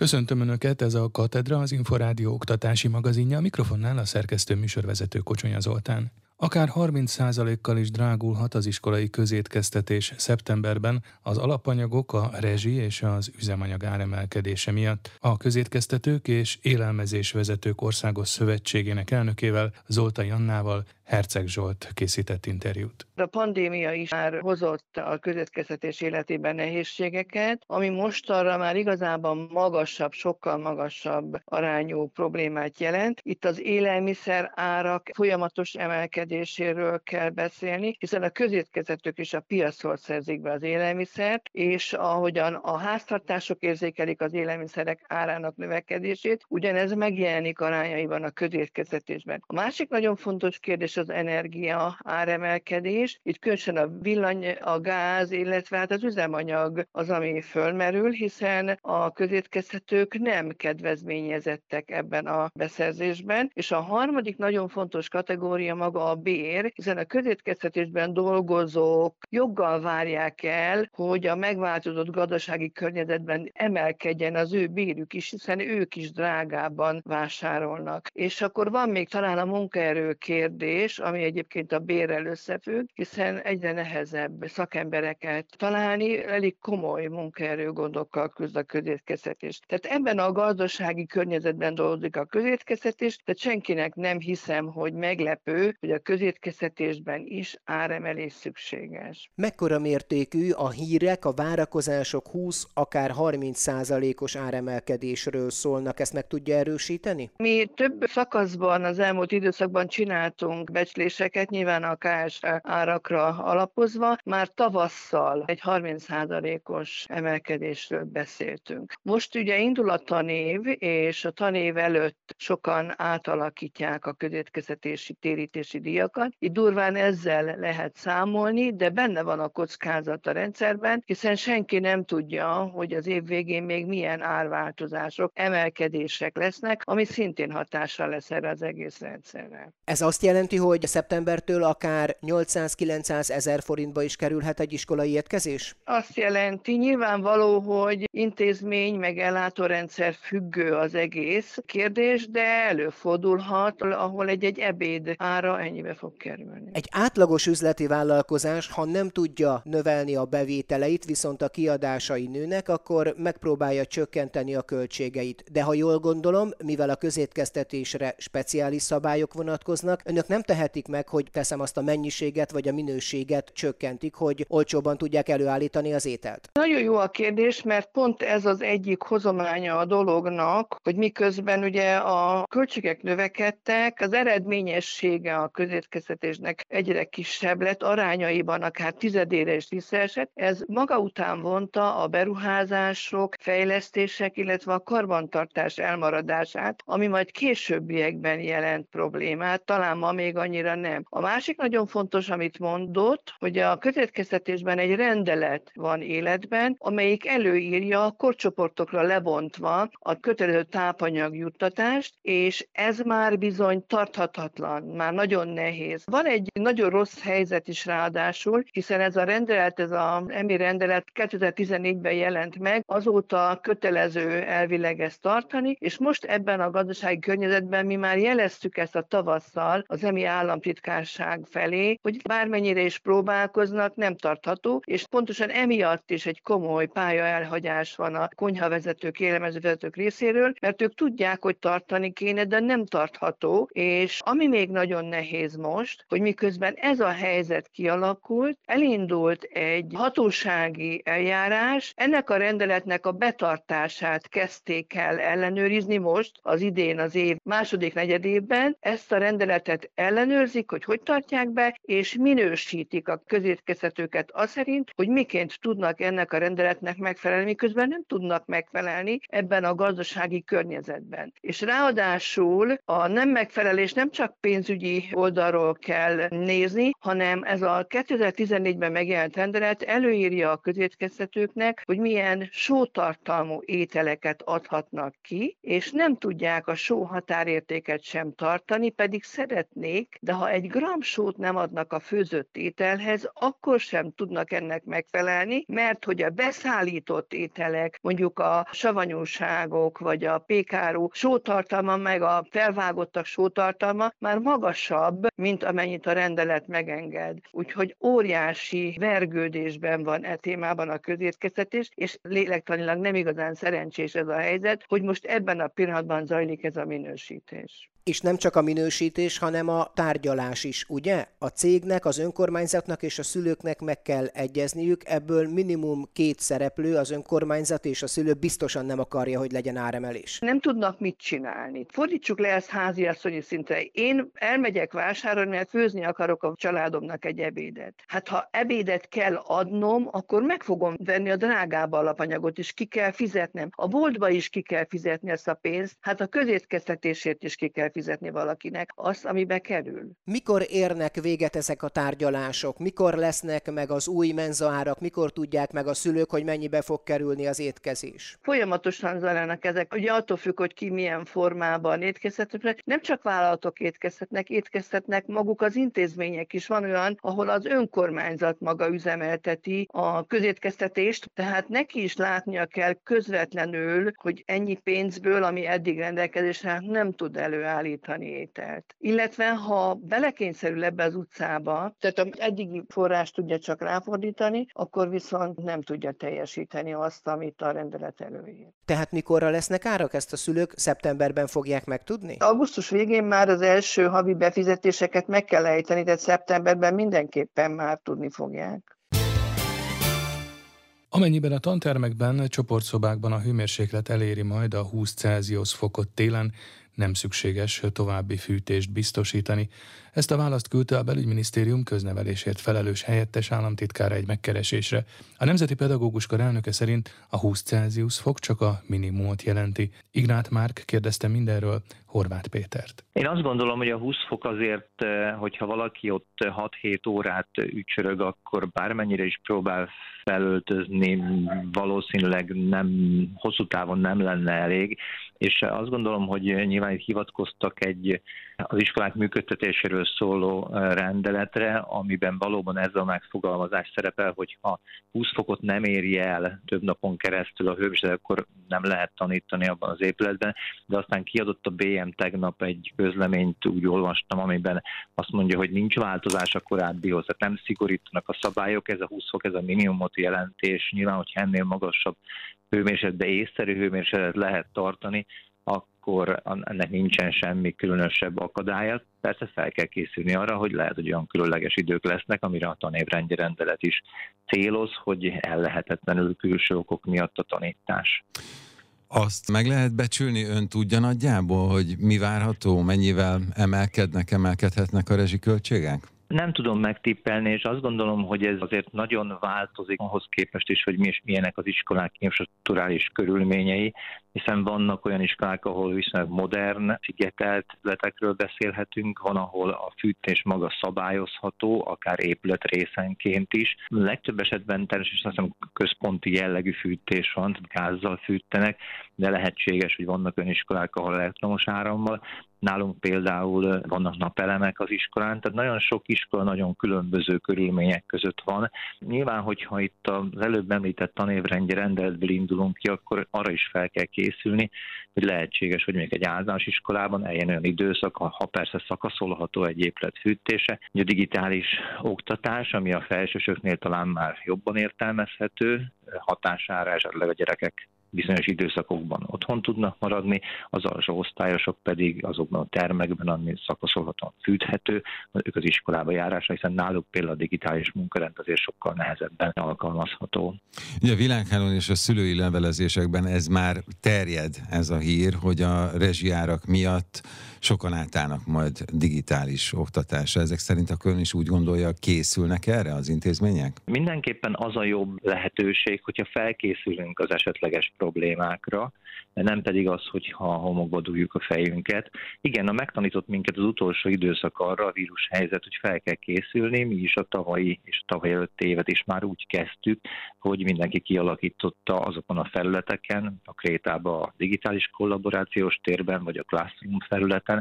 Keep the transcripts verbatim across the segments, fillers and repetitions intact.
Köszöntöm Önöket, ez a Katedra, az Inforádió oktatási magazinja, a mikrofonnál a szerkesztő műsorvezető Kocsonya Zoltán. Akár harminc százalékkal is drágulhat az iskolai közétkeztetés szeptemberben az alapanyagok, a rezsi és az üzemanyag áremelkedése miatt. A Közétkeztetők és Élelmezésvezetők Országos Szövetségének elnökével, Zoltai Annával Herceg Zsolt készített interjút. A pandémia is már hozott a közétkeztetés életében nehézségeket, ami mostanra már igazában magasabb, sokkal magasabb arányú problémát jelent. Itt az élelmiszer árak folyamatos emelkedéséről kell beszélni, hiszen a közétkeztetők is a piacról szerzik be az élelmiszert, és ahogyan a háztartások érzékelik az élelmiszerek árának növekedését, ugyanez megjelenik arányaiban a közétkeztetésben. A másik nagyon fontos kérdés az energia áremelkedés. Itt különösen a villany, a gáz, illetve hát az üzemanyag az, ami fölmerül, hiszen a közétkeztetők nem kedvezményezettek ebben a beszerzésben. És a harmadik nagyon fontos kategória maga a bér, hiszen a közétkeztetésben dolgozók joggal várják el, hogy a megváltozott gazdasági környezetben emelkedjen az ő bérük is, hiszen ők is drágában vásárolnak. És akkor van még talán a munkaerő kérdés, ami egyébként a bérrel összefügg, hiszen egyre nehezebb szakembereket találni, elég komoly munkaerőgondokkal küzd a közétkeztetés. Tehát ebben a gazdasági környezetben dolgozik a közétkeztetés, tehát senkinek nem hiszem, hogy meglepő, hogy a közétkeztetésben is áremelés szükséges. Mekkora mértékű a hírek, a várakozások húsz, akár harminc százalékos áremelkedésről szólnak, ezt meg tudja erősíteni? Mi több szakaszban az elmúlt időszakban csináltunk becsléseket, nyilván a ká es árakra alapozva, már tavasszal egy harminc százalékos emelkedésről beszéltünk. Most ugye indul a tanév, és a tanév előtt sokan átalakítják a közétkeztetési térítési díjakat. Itt durván ezzel lehet számolni, de benne van a kockázat a rendszerben, hiszen senki nem tudja, hogy az év végén még milyen árváltozások, emelkedések lesznek, ami szintén hatással lesz erre az egész rendszerre. Ez azt jelenti, hogy szeptembertől akár nyolcszáz-kilencszáz ezer forintba is kerülhet egy iskolai étkezés? Azt jelenti, nyilvánvaló, hogy intézmény meg ellátórendszer függő az egész kérdés, de előfordulhat, ahol egy-egy ebéd ára ennyibe fog kerülni. Egy átlagos üzleti vállalkozás, ha nem tudja növelni a bevételeit, viszont a kiadásai nőnek, akkor megpróbálja csökkenteni a költségeit. De ha jól gondolom, mivel a közétkeztetésre speciális szabályok vonatkoznak, önök nem tehetik meg, hogy teszem azt a mennyiséget vagy a minőséget csökkentik, hogy olcsóbban tudják előállítani az ételt. Nagyon jó a kérdés, mert pont ez az egyik hozománya a dolognak, hogy miközben ugye a költségek növekedtek, az eredményessége a közétkeztetésnek egyre kisebb lett, arányaiban akár tizedére is visszaesett. Ez maga után vonta a beruházások, fejlesztések, illetve a karbantartás elmaradását, ami majd későbbiekben jelent problémát, talán ma még annyira nem. A másik nagyon fontos, amit mondott, hogy a közétkeztetésben egy rendelet van életben, amelyik előírja a korcsoportokra lebontva a kötelező tápanyagjuttatást, és ez már bizony tarthatatlan, már nagyon nehéz. Van egy nagyon rossz helyzet is ráadásul, hiszen ez a rendelet, ez az e em i rendelet kétezer-tizennégyben jelent meg, azóta kötelező elvileg ezt tartani, és most ebben a gazdasági környezetben mi már jeleztük ezt a tavasszal az e em i államtitkárság felé, hogy bármennyire is próbálkoznak, nem tartható, és pontosan emiatt is egy komoly pályaelhagyás van a konyhavezetők, élelmezővezetők részéről, mert ők tudják, hogy tartani kéne, de nem tartható, és ami még nagyon nehéz most, hogy miközben ez a helyzet kialakult, elindult egy hatósági eljárás, ennek a rendeletnek a betartását kezdték el ellenőrizni most, az idén az év második negyedében, ezt a rendeletet ellenőrzik, hogy hogy tartják be, és minősítik a közétkeztetőket az szerint, hogy miként tudnak ennek a rendeletnek megfelelni, miközben nem tudnak megfelelni ebben a gazdasági környezetben. És ráadásul a nem megfelelés nem csak pénzügyi oldalról kell nézni, hanem ez a kétezer-tizennégyben megjelent rendelet előírja a közétkeztetőknek, hogy milyen sótartalmú ételeket adhatnak ki, és nem tudják a só határértéket sem tartani, pedig szeretnék, ételik, de ha egy gram sót nem adnak a főzött ételhez, akkor sem tudnak ennek megfelelni, mert hogy a beszállított ételek, mondjuk a savanyúságok vagy a pékáru sótartalma meg a felvágottak sótartalma már magasabb, mint amennyit a rendelet megenged. Úgyhogy óriási vergődésben van e témában a közétkeztetés, és lélektanilag nem igazán szerencsés ez a helyzet, hogy most ebben a pillanatban zajlik ez a minősítés. És nem csak a minősítés, hanem a tárgyalás is, ugye? A cégnek, az önkormányzatnak és a szülőknek meg kell egyezniük, ebből minimum két szereplő, az önkormányzat és a szülő biztosan nem akarja, hogy legyen áremelés. Nem tudnak mit csinálni. Fordítsuk le ezt háziasszonyi szintre. Én elmegyek vásárolni, mert főzni akarok a családomnak egy ebédet. Hát ha ebédet kell adnom, akkor meg fogom venni a drágább alapanyagot, és ki kell fizetnem. A boltba is ki kell fizetni ezt a pénzt, hát a közétkeztetésért is ki kell fizetni valakinek azt, amibe kerül. Mikor érnek véget ezek a tárgyalások? Mikor lesznek meg az új menzaárak? Mikor tudják meg a szülők, hogy mennyibe fog kerülni az étkezés? Folyamatosan zajlanak ezek. Ugye attól függ, hogy ki milyen formában étkezhetnek. Nem csak vállalatok étkezhetnek, étkezhetnek maguk az intézmények is. Van olyan, ahol az önkormányzat maga üzemelteti a közétkeztetést, tehát neki is látnia kell közvetlenül, hogy ennyi pénzből, ami eddig rendelkezésre nem tud előállni állítani ételt. Illetve ha belekényszerül ebbe az utcába, tehát az eddigi forrást tudja csak ráfordítani, akkor viszont nem tudja teljesíteni azt, amit a rendelet előír. Tehát mikorra lesznek árak? Ezt a szülők szeptemberben fogják megtudni? Augusztus végén már az első havi befizetéseket meg kell ejteni, tehát szeptemberben mindenképpen már tudni fogják. Amennyiben a tantermekben, csoportszobákban a hőmérséklet eléri majd a húsz Celsius fokot télen, nem szükséges további fűtést biztosítani. Ezt a választ küldte a Belügyminisztérium köznevelésért felelős helyettes államtitkára egy megkeresésre. A Nemzeti Pedagógus Kar elnöke szerint a húsz Celsius fok csak a minimumot jelenti. Ignát Márk kérdezte mindenről Horváth Pétert. Én azt gondolom, hogy a húsz fok azért, hogyha valaki ott hat-hét órát ücsörög, akkor bármennyire is próbál felöltözni, valószínűleg nem, hosszú távon nem lenne elég, és azt gondolom, hogy nyilván itt hivatkoztak egy az iskolák működtetéséről szóló rendeletre, amiben valóban ez a megfogalmazás szerepel, hogy ha húsz fokot nem éri el több napon keresztül a hőmérséklet, akkor nem lehet tanítani abban az épületben, de aztán kiadott a bé em tegnap egy közleményt, úgy olvastam, amiben azt mondja, hogy nincs változás a korábbihoz, tehát nem szigorítanak a szabályok, ez a húsz fok, ez a minimumot jelent, és nyilván, hogyha ennél magasabb hőmérsékletben észszerű hőmérsékletet lehet tartani, akkor ennek nincsen semmi különösebb akadálya. Persze fel kell készülni arra, hogy lehet, hogy olyan különleges idők lesznek, amire a tanévrendje rendelet is céloz, hogy ellehetetlenül külső okok miatt a tanítás. Azt meg lehet becsülni, ön tudja nagyjából, hogy mi várható, mennyivel emelkednek, emelkedhetnek a rezsiköltségek? Nem tudom megtippelni, és azt gondolom, hogy ez azért nagyon változik ahhoz képest is, hogy mi és milyenek az iskolák infrastrukturális körülményei, hiszen vannak olyan iskolák, ahol viszonylag modern, szigetelt területekről beszélhetünk, van, ahol a fűtés maga szabályozható, akár épület részenként is. A legtöbb esetben természetesen azt hiszem központi jellegű fűtés van, gázzal fűtenek, de lehetséges, hogy vannak olyan iskolák, ahol elektromos árammal. Nálunk például vannak napelemek az iskolán, tehát nagyon sok iskola nagyon különböző körülmények között van. Nyilván, hogyha itt az előbb említett tanévrendje rendeletből indulunk ki, akkor arra is fel kell készülni, hogy lehetséges, hogy még egy általános iskolában eljön olyan időszak, ha persze szakaszolható egy épület fűtése, hogy a digitális oktatás, ami a felsősöknél talán már jobban értelmezhető, hatására esetleg a gyerekek bizonyos időszakokban otthon tudnak maradni, az alsó osztályosok pedig azokban a termekben, ami szakaszolhatóan fűthető, ők az iskolába járásra, hiszen náluk például a digitális munkarend azért sokkal nehezebben alkalmazható. Ugye a világhálón és a szülői levelezésekben ez már terjed, ez a hír, hogy a rezsiárak miatt sokan átállnak majd digitális oktatásra. Ezek szerint a ön is úgy gondolja, készülnek erre az intézmények? Mindenképpen az a jobb lehetőség, hogyha felkészülünk az esetleges problémákra, de nem pedig az, hogyha a homokba dugjuk a fejünket. Igen, a megtanított minket az utolsó időszak arra, a vírus helyzet, hogy fel kell készülni, mi is a tavalyi és a tavaly előtti évet is már úgy kezdtük, hogy mindenki kialakította azokon a felületeken, a Krétában a digitális kollaborációs térben, vagy a Classroom felületen,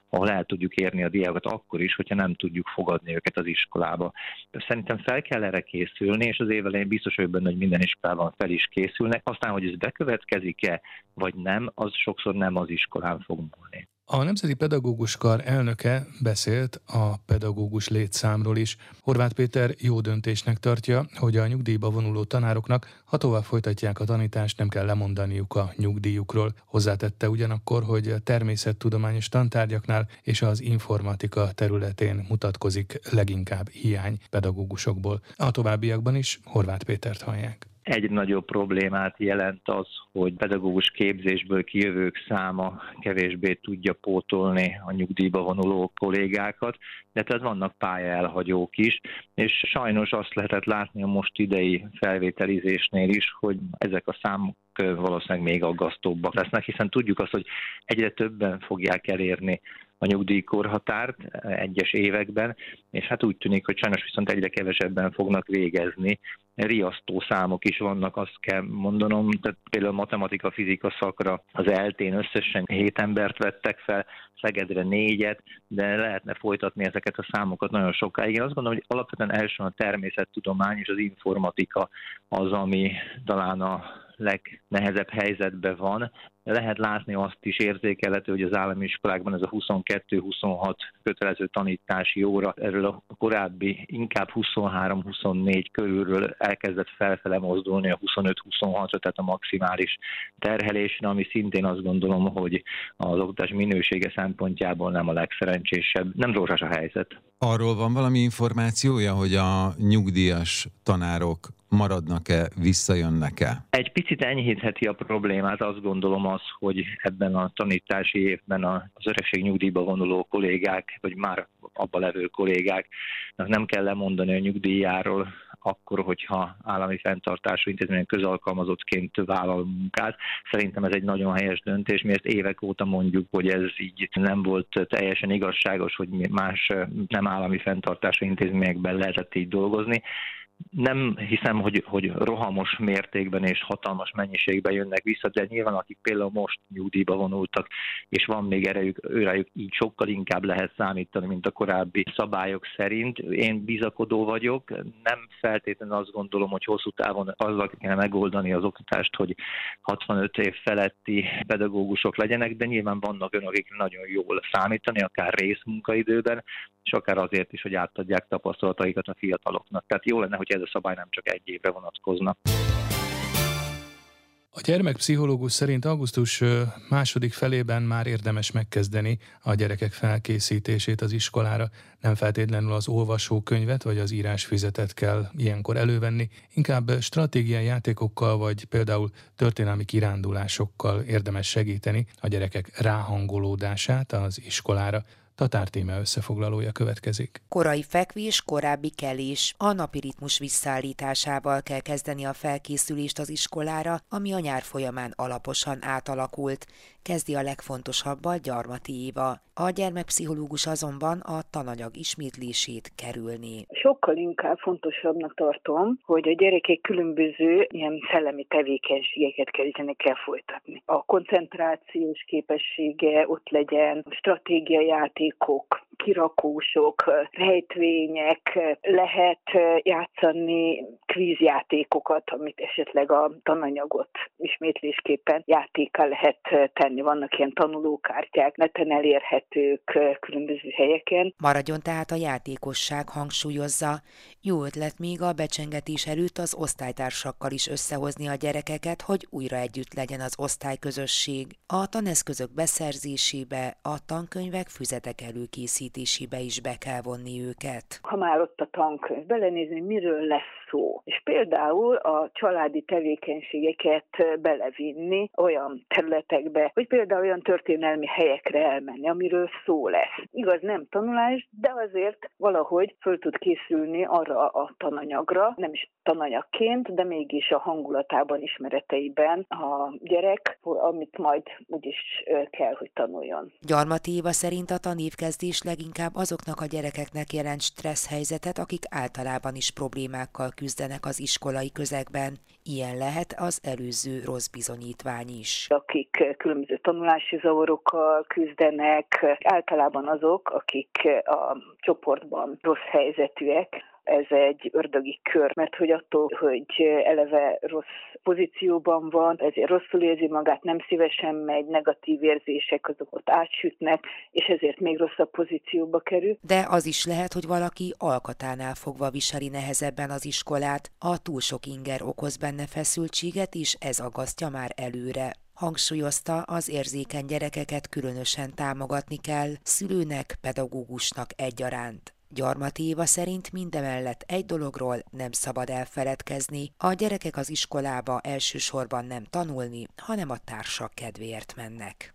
ahol el tudjuk érni a diákokat akkor is, hogyha nem tudjuk fogadni őket az iskolába. Szerintem fel kell erre készülni, és az év elején biztos vagyok benne, hogy minden iskolában fel is készülnek. Aztán, hogy ez bekövetkezik-e, vagy nem, az sokszor nem az iskolán fog múlni. A Nemzeti Pedagógus Kar elnöke beszélt a pedagógus létszámról is. Horváth Péter jó döntésnek tartja, hogy a nyugdíjba vonuló tanároknak, ha tovább folytatják a tanítást, nem kell lemondaniuk a nyugdíjukról. Hozzátette ugyanakkor, hogy a természettudományos tantárgyaknál és az informatika területén mutatkozik leginkább hiány pedagógusokból. A továbbiakban is Horváth Pétert hallják. Egy nagyobb problémát jelent az, hogy pedagógus képzésből kijövők száma kevésbé tudja pótolni a nyugdíjba vonuló kollégákat, de tehát vannak pályaelhagyók is, és sajnos azt lehetett látni a most idei felvételizésnél is, hogy ezek a számok valószínűleg még aggasztóbbak lesznek, hiszen tudjuk azt, hogy egyre többen fogják elérni a nyugdíjkorhatárt egyes években, és hát úgy tűnik, hogy sajnos viszont egyre kevesebben fognak végezni. Riasztó számok is vannak, azt kell mondanom, tehát például a matematika-fizika szakra az eltén összesen hét embert vettek fel, Szegedre négyet, de lehetne folytatni ezeket a számokat nagyon sokáig. Én azt gondolom, hogy alapvetően elsősorban a természettudomány és az informatika az, ami talán a legnehezebb helyzetben van. Lehet látni azt is érzékelhető, hogy az állami iskolákban ez a huszonkettő-huszonhat kötelező tanítási óra, erről a korábbi inkább huszonhárom-huszonnégy körülről elkezdett felfele mozdulni a huszonöt-huszonhatra, tehát a maximális terhelésre, ami szintén azt gondolom, hogy az oktatás minősége szempontjából nem a legszerencsésebb. Nem rózsás a helyzet. Arról van valami információja, hogy a nyugdíjas tanárok maradnak-e, visszajönnek-e? Egy picit enyhítheti a problémát, azt gondolom az, hogy ebben a tanítási évben az öregség nyugdíjba vonuló kollégák, vagy már abba levő kollégáknak nem kell lemondani a nyugdíjáról akkor, hogyha állami fenntartású intézményen közalkalmazottként vállal munkát. Szerintem ez egy nagyon helyes döntés, mi ezt évek óta mondjuk, hogy ez így nem volt teljesen igazságos, hogy más nem állami fenntartású intézményekben lehetett így dolgozni. Nem hiszem, hogy, hogy rohamos mértékben és hatalmas mennyiségben jönnek vissza, de nyilván akik például most nyugdíjba vonultak, és van még erejük, őrájuk így sokkal inkább lehet számítani, mint a korábbi szabályok szerint. Én bizakodó vagyok, nem feltétlenül azt gondolom, hogy hosszú távon azzal kéne megoldani az oktatást, hogy hatvanöt év feletti pedagógusok legyenek, de nyilván vannak önök, akik nagyon jól számítani, akár részmunkaidőben, és akár azért is, hogy átadják tapasztalataikat a fiataloknak. Tehát jó lenne, hogy ez a szabály nem csak egy évre vonatkozna. A gyermekpszichológus szerint augusztus második felében már érdemes megkezdeni a gyerekek felkészítését az iskolára. Nem feltétlenül az olvasókönyvet vagy az írásfüzetet kell ilyenkor elővenni, inkább stratégiai játékokkal vagy például történelmi kirándulásokkal érdemes segíteni a gyerekek ráhangolódását az iskolára. Tatár Tíme összefoglalója következik. Korai fekvés, korábbi kelés. A napi ritmus visszaállításával kell kezdeni a felkészülést az iskolára, ami a nyár folyamán alaposan átalakult. Kezdi a legfontosabbal Gyarmati Éva. A gyermekpszichológus azonban a tananyag ismétlését kerülni. Sokkal inkább fontosabbnak tartom, hogy a gyerekek különböző ilyen szellemi tevékenységeket kezdjenek el folytatni. A koncentrációs képessége ott legyen, stratégiai játékok, kirakósok, rejtvények, lehet játszani kvízjátékokat, amit esetleg a tananyagot ismétlésképpen játékkal lehet tenni. Vannak ilyen tanulókártyák, neten elérhetők különböző helyeken. Maradjon tehát a játékosság, hangsúlyozza. Jó ötlet még a becsengetés előtt az osztálytársakkal is összehozni a gyerekeket, hogy újra együtt legyen az osztályközösség. A taneszközök beszerzésébe, a tankönyvek, füzetek előkészítésébe is be kell vonni őket. Ha már ott a tankönyv, belenézni, miről lesz szó. És például a családi tevékenységeket belevinni olyan területekbe, hogy például olyan történelmi helyekre elmenni, amiről szó lesz. Igaz, nem tanulás, de azért valahogy föl tud készülni arra a tananyagra, nem is tananyagként, de mégis a hangulatában, ismereteiben a gyerek, amit majd úgyis kell, hogy tanuljon. Gyarmati Éva szerint a tanévkezdés leginkább azoknak a gyerekeknek jelent stressz helyzetet, akik általában is problémákkal küzdenek az iskolai közegben. Ilyen lehet az előző rossz bizonyítvány is. Akik különböző tanulási zavarokkal küzdenek, általában azok, akik a csoportban rossz helyzetűek. Ez egy ördögi kör, mert hogy attól, hogy eleve rossz pozícióban van, ezért rosszul érzi magát, nem szívesen megy, negatív érzések azok ott átsütnek, és ezért még rosszabb pozícióba kerül. De az is lehet, hogy valaki alkatánál fogva viseli nehezebben az iskolát, a túl sok inger okoz benne feszültséget, és ez aggasztja már előre. Hangsúlyozta, az érzékeny gyerekeket különösen támogatni kell, szülőnek, pedagógusnak egyaránt. Gyarmati Éva szerint mindemellett egy dologról nem szabad elfeledkezni, a gyerekek az iskolába elsősorban nem tanulni, hanem a társak kedvéért mennek.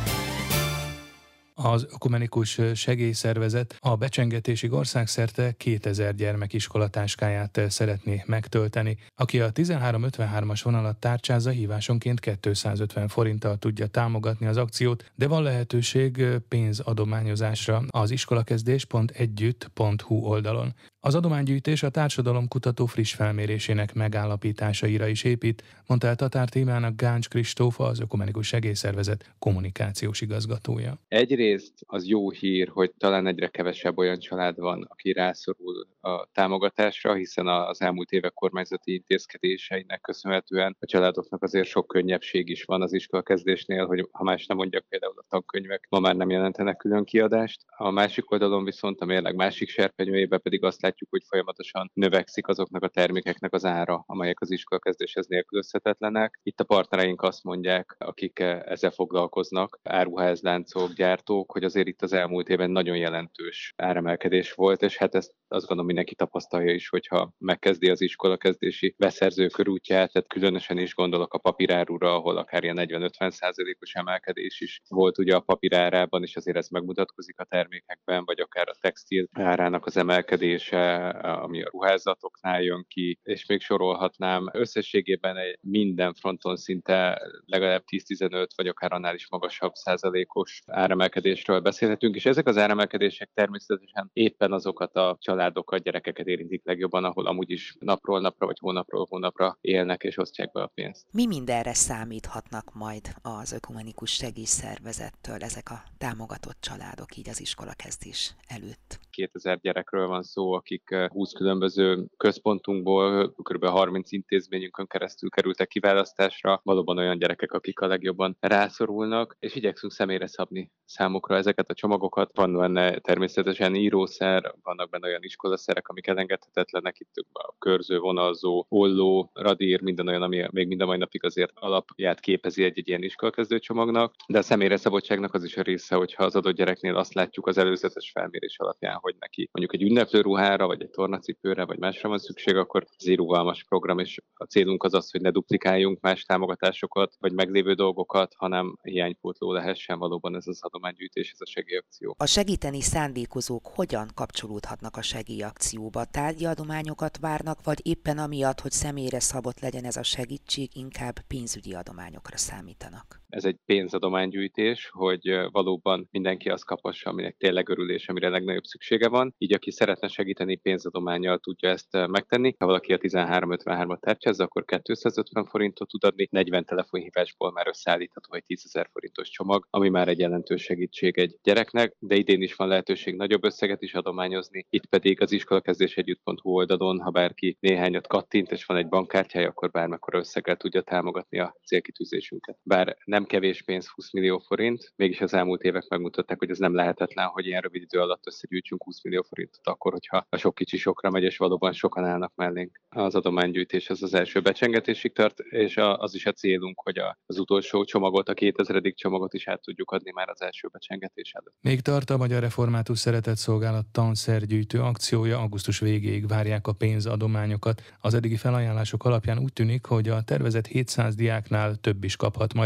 Az Ökumenikus Segélyszervezet a becsengetésig országszerte kétezer gyermek iskolatáskáját szeretné megtölteni. Aki a tizenhárom ötvenhármas vonalat tárcsázza, hívásonként kétszázötven forinttal tudja támogatni az akciót, de van lehetőség pénzadományozásra az iskolakezdés pont együtt pont hu oldalon. Az adománygyűjtés a társadalomkutató friss felmérésének megállapításaira is épít, mondta el Tatár Tímának Gáncs Kristóf, az Ökumenikus Segélyszervezet kommunikációs igazgatója. Egyrészt az jó hír, hogy talán egyre kevesebb olyan család van, aki rászorul a támogatásra, hiszen az elmúlt évek kormányzati intézkedéseinek köszönhetően a családoknak azért sok könnyebbség is van az iskolakezdésnél, hogy ha más nem mondjak, például a tankönyvek ma már nem jelentenek külön kiadást. A másik oldalon viszont a mérleg másik serpenyőjében pedig azt látjuk, hogy folyamatosan növekszik azoknak a termékeknek az ára, amelyek az iskolakezdéshez nélkülözhetetlenek. Itt a partnereink azt mondják, akik ezzel foglalkoznak, áruházláncok, gyártók, hogy azért itt az elmúlt évben nagyon jelentős áremelkedés volt, és hát ezt azt gondolom mindenki tapasztalja is, hogyha megkezdi az iskolakezdési beszerző körútját, tehát különösen is gondolok a papírárura, ahol akár ilyen negyven-ötven százalékos emelkedés is volt ugye a papírárában, és azért ez megmutatkozik a termékekben, vagy akár a textil árának az emelkedése, ami a ruházatoknál jön ki, és még sorolhatnám. Összességében egy minden fronton szinte legalább tíz-tizenöt, vagy akár annál is magasabb százalékos áremelkedésről beszélhetünk, és ezek az áremelkedések természetesen éppen azokat a családokat, gyerekeket érintik legjobban, ahol amúgy is napról napra, vagy hónapról hónapra élnek és osztják be a pénzt. Mi mindenre számíthatnak majd az Ökumenikus Segélyszervezettől ezek a támogatott családok így az iskolakezdés előtt? kétezer gyerekről van szó, akik húsz különböző központunkból, kb. harminc intézményünkön keresztül kerültek kiválasztásra, valóban olyan gyerekek, akik a legjobban rászorulnak, és igyekszünk személyre szabni számukra ezeket a csomagokat. Van benne természetesen írószer, vannak benne olyan iskolaszerek, amik elengedhetetlenek, itt a körző, vonalzó, olló, radír, minden olyan, ami még mind a mai napig azért alapját képezi egy-egy ilyen iskolakezdő csomagnak, de a személyre szabadságnak az is a része, hogyha az adott gyereknél azt látjuk az előzetes felmérés alapján, hogy neki mondjuk egy ünneplő ruhára, vagy egy tornacipőre, vagy másra van szükség, akkor ez egy rugalmas program, és a célunk az az, hogy ne duplikáljunk más támogatásokat, vagy meglévő dolgokat, hanem hiánypótló lehessen valóban ez az adománygyűjtés, ez a segélyakció. A segíteni szándékozók hogyan kapcsolódhatnak a segélyakcióba? Tárgyi adományokat várnak, vagy éppen amiatt, hogy személyre szabott legyen ez a segítség, inkább pénzügyi adományokra számítanak? Ez egy pénzadománygyűjtés, hogy valóban mindenki azt kaphassa, aminek tényleg örül és amire legnagyobb szüksége van. Így aki szeretne segíteni, pénzadománnyal tudja ezt megtenni. Ha valaki a tizenhárom ötvenhármat tárcsázza, akkor kétszázötven forintot tud adni, negyven telefonhívásból már összeállítható egy tízezer forintos csomag, ami már egy jelentős segítség egy gyereknek, de idén is van lehetőség nagyobb összeget is adományozni. Itt pedig az iskolakezdés együtt pont hu oldalon, ha bárki néhányat kattint, és van egy bankkártyája, akkor bármikor összeggel tudja támogatni a célkitűzésünket. Bár nem kevés pénz, húsz millió forint, mégis az elmúlt évek megmutatták, hogy ez nem lehetetlen, hogy ilyen rövid idő alatt összegyűjtsünk húsz millió forintot akkor, hogyha a sok kicsi sokra megy, és valóban sokan állnak mellénk. Az adománygyűjtés az az első becsengetésig tart, és az is a célunk, hogy az utolsó csomagot, a kétezredik csomagot is át tudjuk adni már az első becsengetés előtt. Még tart a Magyar Református Szeretetszolgálat tanszergyűjtő akciója, augusztus végéig várják a pénzadományokat. Az eddigi felajánlások alapján úgy tűnik, hogy a tervezett hétszáz diáknál több is kaphat majd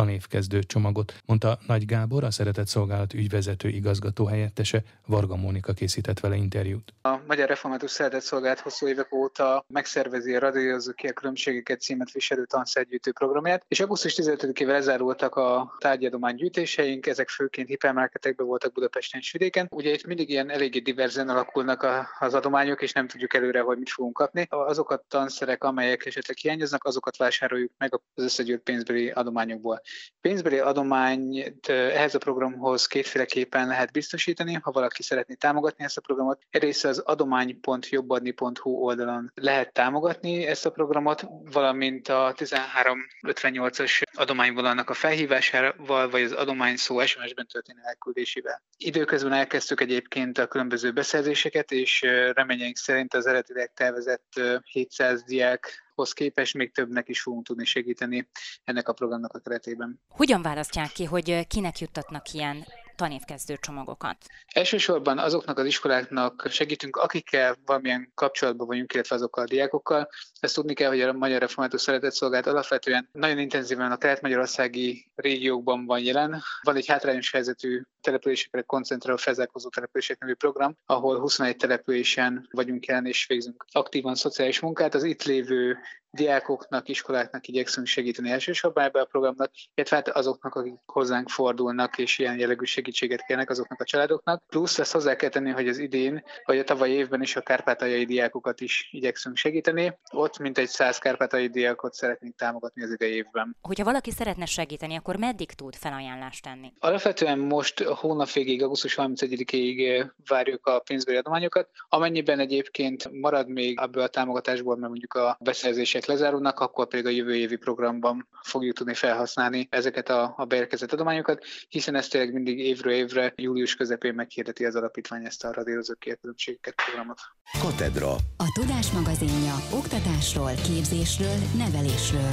tanévkezdő csomagot, mondta Nagy Gábor, a Szeretett Szolgálat ügyvezető igazgató helyettese. Varga Mónika készített vele interjút. A Magyar Református Szeretett Szolgálat hosszú évek óta megszervezi a Radírozzuk ki a különbségeket címet viselő tanszergyűjtő programját, és augusztus tizenötödikével lezárultak a tárgyadomány gyűjtéseink, ezek főként hipermarketekben voltak Budapesten és vidéken. Ugye itt mindig ilyen eléggé diverzen alakulnak a, az adományok, és nem tudjuk előre, hogy mit fogunk kapni. Azok a tanszerek, amelyek esetleg hiányoznak, azokat vásároljuk meg az összegyűjt pénzbeli adományokból. Pénzbeli adományt ehhez a programhoz kétféleképpen lehet biztosítani, ha valaki szeretné támogatni ezt a programot. Egyrészt az adomány pont jobbadni pont hu oldalon lehet támogatni ezt a programot, valamint a tizenhárom ötvennyolcas adományvonalnak a felhívásával, vagy az adomány szó es em es-ben történő elküldésével. Időközben elkezdtük egyébként a különböző beszerzéseket, és reményeink szerint az eredetileg tervezett hétszáz diákhoz képest még többnek is fogunk tudni segíteni ennek a programnak a keretében. Hogyan választják ki, hogy kinek juttatnak ilyen tanévkezdő csomagokat? Elsősorban azoknak az iskoláknak segítünk, akikkel valamilyen kapcsolatban vagyunk, illetve azokkal a diákokkal. Ezt tudni kell, hogy a Magyar Református Szeretett Szolgálat alapvetően nagyon intenzíven a kelet-magyarországi régiókban van jelen. Van egy hátrányos helyzetű településekre koncentráló felzárkózó települések nevű program, ahol huszonegy településen vagyunk jelen és végzünk aktívan szociális munkát. Az itt lévő diákoknak, iskoláknak igyekszünk segíteni elsősorban ebbe a programnak, illetve hát azoknak, akik hozzánk fordulnak és ilyen jellegű segítséget kérnek, azoknak a családoknak. Plusz ezt hozzá kell tenni, hogy az idén, vagy a tavalyi évben is a kárpátaljai diákokat is igyekszünk segíteni. Ott mintegy száz kárpátaljai diákot szeretnénk támogatni az idei évben. Hogyha valaki szeretne segíteni, akkor meddig tud felajánlást tenni? Alapvetően most a hónap végéig, augusztus harmincegyedikéig várjuk a pénzbeli adományokat. Amennyiben egyébként marad még ebből a támogatásból, mert mondjuk a beszerzések lezárulnak, akkor pedig a jövő évi programban fogjuk tudni felhasználni ezeket a, a beérkezett adományokat, hiszen ez tényleg mindig évről évre, július közepén meghirdeti az alapítvány ezt a Radírozzuk ki a különbségeket programot. Katedra. A Tudás magazinja oktatásról, képzésről, nevelésről.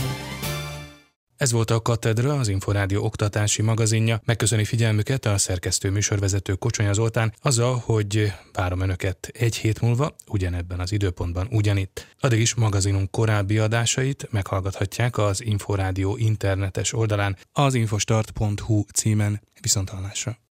Ez volt a Katedra, az Inforádió oktatási magazinja. Megköszöni figyelmüket a szerkesztő műsorvezető Kocsonya Zoltán azzal, hogy várom önöket egy hét múlva, ugyanebben az időpontban ugyanitt. Addig is magazinunk korábbi adásait meghallgathatják az Inforádió internetes oldalán, az infostart pont hu címen. Viszonthallásra.